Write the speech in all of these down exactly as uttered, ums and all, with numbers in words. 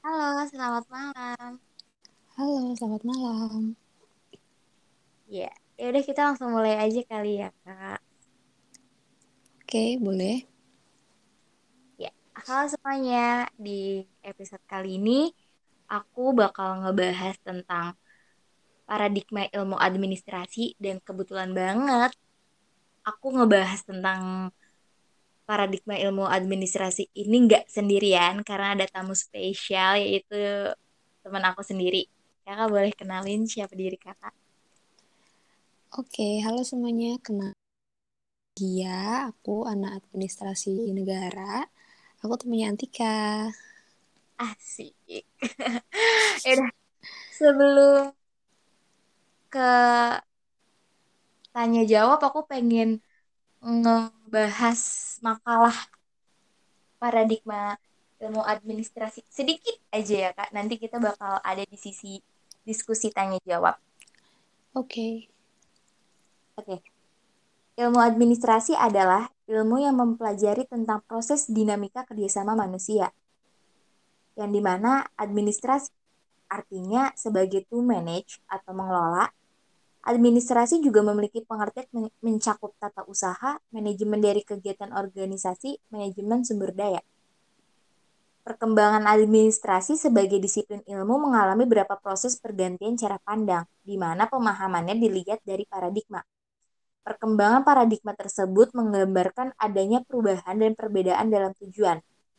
Halo, selamat malam. Halo, selamat malam. Ya, ya udah kita langsung mulai aja kali ya, Kak. Oke, boleh. Ya, halo semuanya. Di episode kali ini aku bakal ngebahas tentang paradigma ilmu administrasi dan kebetulan banget aku ngebahas tentang paradigma ilmu administrasi ini nggak sendirian karena ada tamu spesial yaitu teman aku sendiri. Kakak boleh kenalin siapa diri kakak? Oke, halo semuanya. Kenal Gia, aku anak administrasi negara. Aku temennya Antika. Asik. Ya udah, sebelum ke tanya jawab aku pengen ngebahas makalah paradigma ilmu administrasi sedikit aja ya Kak. Nanti kita bakal ada di sisi diskusi tanya jawab. Oke, Oke. Ilmu administrasi adalah ilmu yang mempelajari tentang proses dinamika kerjasama manusia, yang dimana administrasi artinya sebagai to manage atau mengelola. Administrasi juga memiliki pengertian men- mencakup tata usaha, manajemen dari kegiatan organisasi, manajemen sumber daya. Perkembangan administrasi sebagai disiplin ilmu mengalami beberapa proses pergantian cara pandang, di mana pemahamannya dilihat dari paradigma. Perkembangan paradigma tersebut menggambarkan adanya perubahan dan perbedaan dalam tujuan,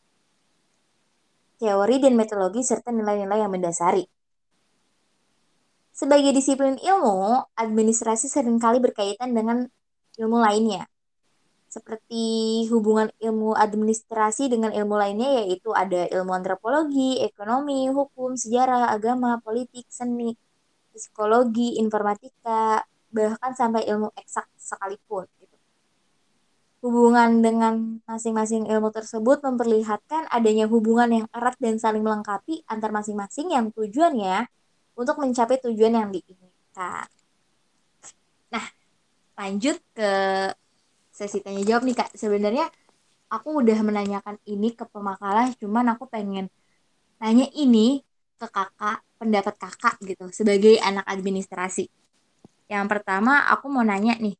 teori dan metodologi, serta nilai-nilai yang mendasari. Sebagai disiplin ilmu, administrasi seringkali berkaitan dengan ilmu lainnya, seperti hubungan ilmu administrasi dengan ilmu lainnya yaitu ada ilmu antropologi, ekonomi, hukum, sejarah, agama, politik, seni, psikologi, informatika, bahkan sampai ilmu eksak sekalipun gitu. Hubungan dengan masing-masing ilmu tersebut memperlihatkan adanya hubungan yang erat dan saling melengkapi antar masing-masing yang tujuannya untuk mencapai tujuan yang diinginkan. Nah, lanjut ke sesi tanya jawab nih Kak. Sebenarnya aku udah menanyakan ini ke pemakalah, cuman aku pengen nanya ini ke kakak, pendapat kakak gitu, sebagai anak administrasi. Yang pertama, aku mau nanya nih,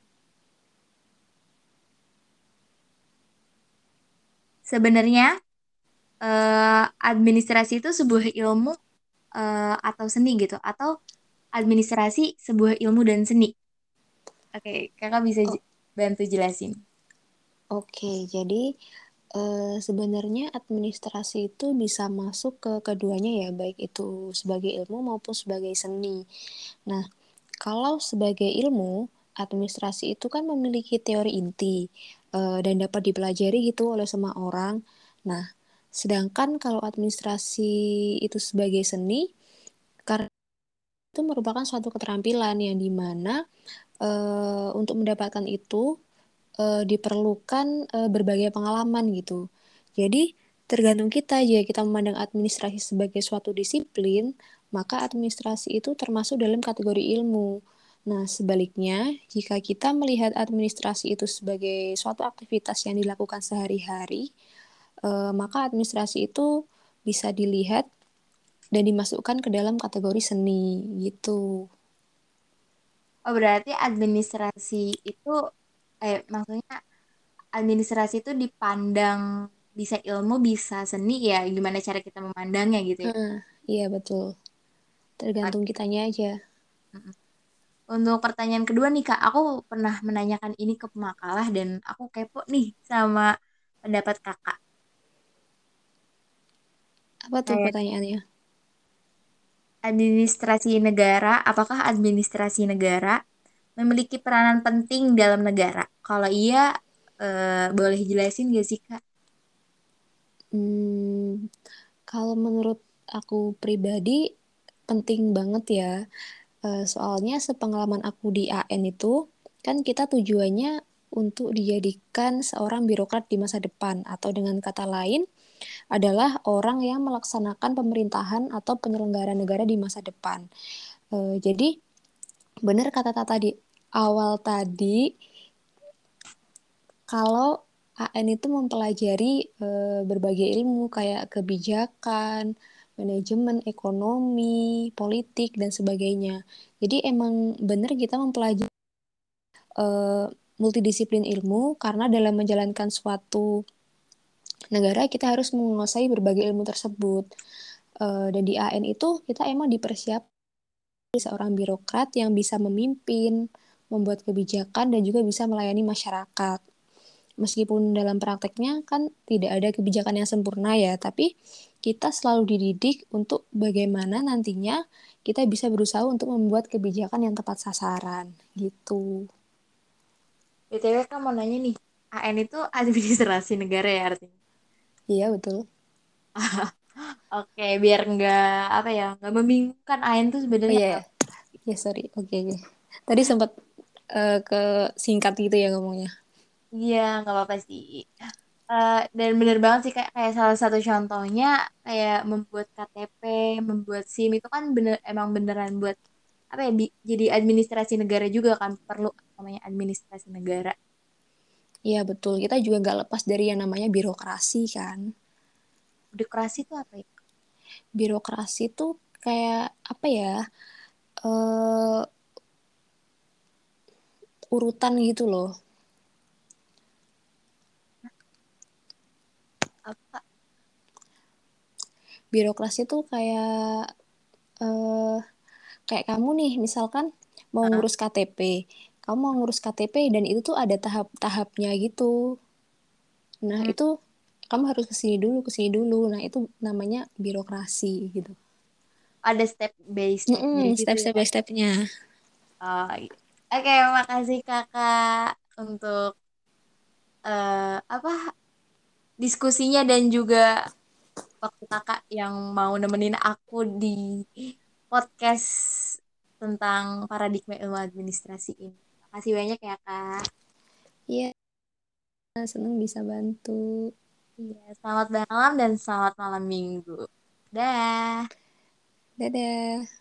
sebenarnya eh, administrasi itu sebuah ilmu eh, atau seni gitu, atau administrasi sebuah ilmu dan seni? Oke, kakak bisa oh, j- bantu jelasin. oke. Jadi eh, sebenarnya administrasi itu bisa masuk ke keduanya ya, baik itu sebagai ilmu maupun sebagai seni. Nah, kalau sebagai ilmu, administrasi itu kan memiliki teori inti eh, dan dapat dipelajari gitu oleh semua orang. Nah, sedangkan kalau administrasi itu sebagai seni, karena itu merupakan suatu keterampilan yang dimana eh, untuk mendapatkan itu eh, diperlukan eh, berbagai pengalaman gitu. Jadi tergantung kita, jika kita memandang administrasi sebagai suatu disiplin, maka administrasi itu termasuk dalam kategori ilmu. Nah, sebaliknya, jika kita melihat administrasi itu sebagai suatu aktivitas yang dilakukan sehari-hari, eh, maka administrasi itu bisa dilihat dan dimasukkan ke dalam kategori seni gitu. Oh, berarti administrasi itu, eh, maksudnya administrasi itu dipandang bisa ilmu, bisa seni ya, gimana cara kita memandangnya gitu ya. Nah, iya betul. Tergantung Oke. kitanya aja. Mm-mm. Untuk pertanyaan kedua nih Kak, aku pernah menanyakan ini ke pemakalah dan aku kepo nih sama pendapat Kakak. Apa tuh Kayak pertanyaannya? administrasi negara, apakah administrasi negara memiliki peranan penting dalam negara? Kalau iya, eh, boleh jelasin gak sih Kak? Hmm, kalau menurut aku pribadi penting banget ya. Eh, soalnya sepengalaman aku di A N itu, kan kita tujuannya untuk dijadikan seorang birokrat di masa depan, atau dengan kata lain adalah orang yang melaksanakan pemerintahan atau penyelenggara negara di masa depan. Eh, jadi benar kata Tata di awal tadi, kalau A N itu mempelajari uh, berbagai ilmu kayak kebijakan, manajemen, ekonomi, politik, dan sebagainya. Jadi emang benar kita mempelajari uh, multidisiplin ilmu karena dalam menjalankan suatu negara kita harus menguasai berbagai ilmu tersebut. Uh, dan di A N itu kita emang dipersiapkan seorang birokrat yang bisa memimpin, membuat kebijakan, dan juga bisa melayani masyarakat. Meskipun dalam prakteknya kan tidak ada kebijakan yang sempurna ya, tapi kita selalu dididik untuk bagaimana nantinya kita bisa berusaha untuk membuat kebijakan yang tepat sasaran gitu. B T W kan mau nanya nih, A N itu administrasi negara ya artinya? Iya betul. Oke, biar nggak apa ya, nggak membingungkan A N itu Oh sebenarnya iya, apa? yeah. Ya sorry. Oke, okay, okay. Tadi sempat uh, ke singkat gitu ya ngomongnya. Iya, nggak apa-apa sih. Eh, dan bener banget sih kayak kayak salah satu contohnya kayak membuat K T P, membuat SIM itu kan bener emang beneran buat apa ya? bi- jadi administrasi negara juga kan perlu namanya administrasi negara. Iya betul. Kita juga nggak lepas dari yang namanya birokrasi kan. Birokrasi itu apa ya? Birokrasi tuh kayak apa ya? Uh, urutan gitu loh. Apa? Birokrasi tuh kayak eh kayak kamu nih misalkan mau Heeh. ngurus K T P. Kamu mau ngurus K T P dan itu tuh ada tahap-tahapnya gitu. Nah, Hmm, itu kamu harus ke sini dulu, ke sini dulu. Nah, itu namanya birokrasi gitu. ada step by stepnya Mm-mm, gitu step step ya. by stepnya. Oh, iya. Oke, makasih kakak untuk eh, apa diskusinya dan juga waktu kakak yang mau nemenin aku di podcast tentang paradigma ilmu administrasi ini. Makasih banyak ya kak. Iya, seneng bisa bantu. Iya, selamat malam dan selamat malam minggu. Dah. Dadah.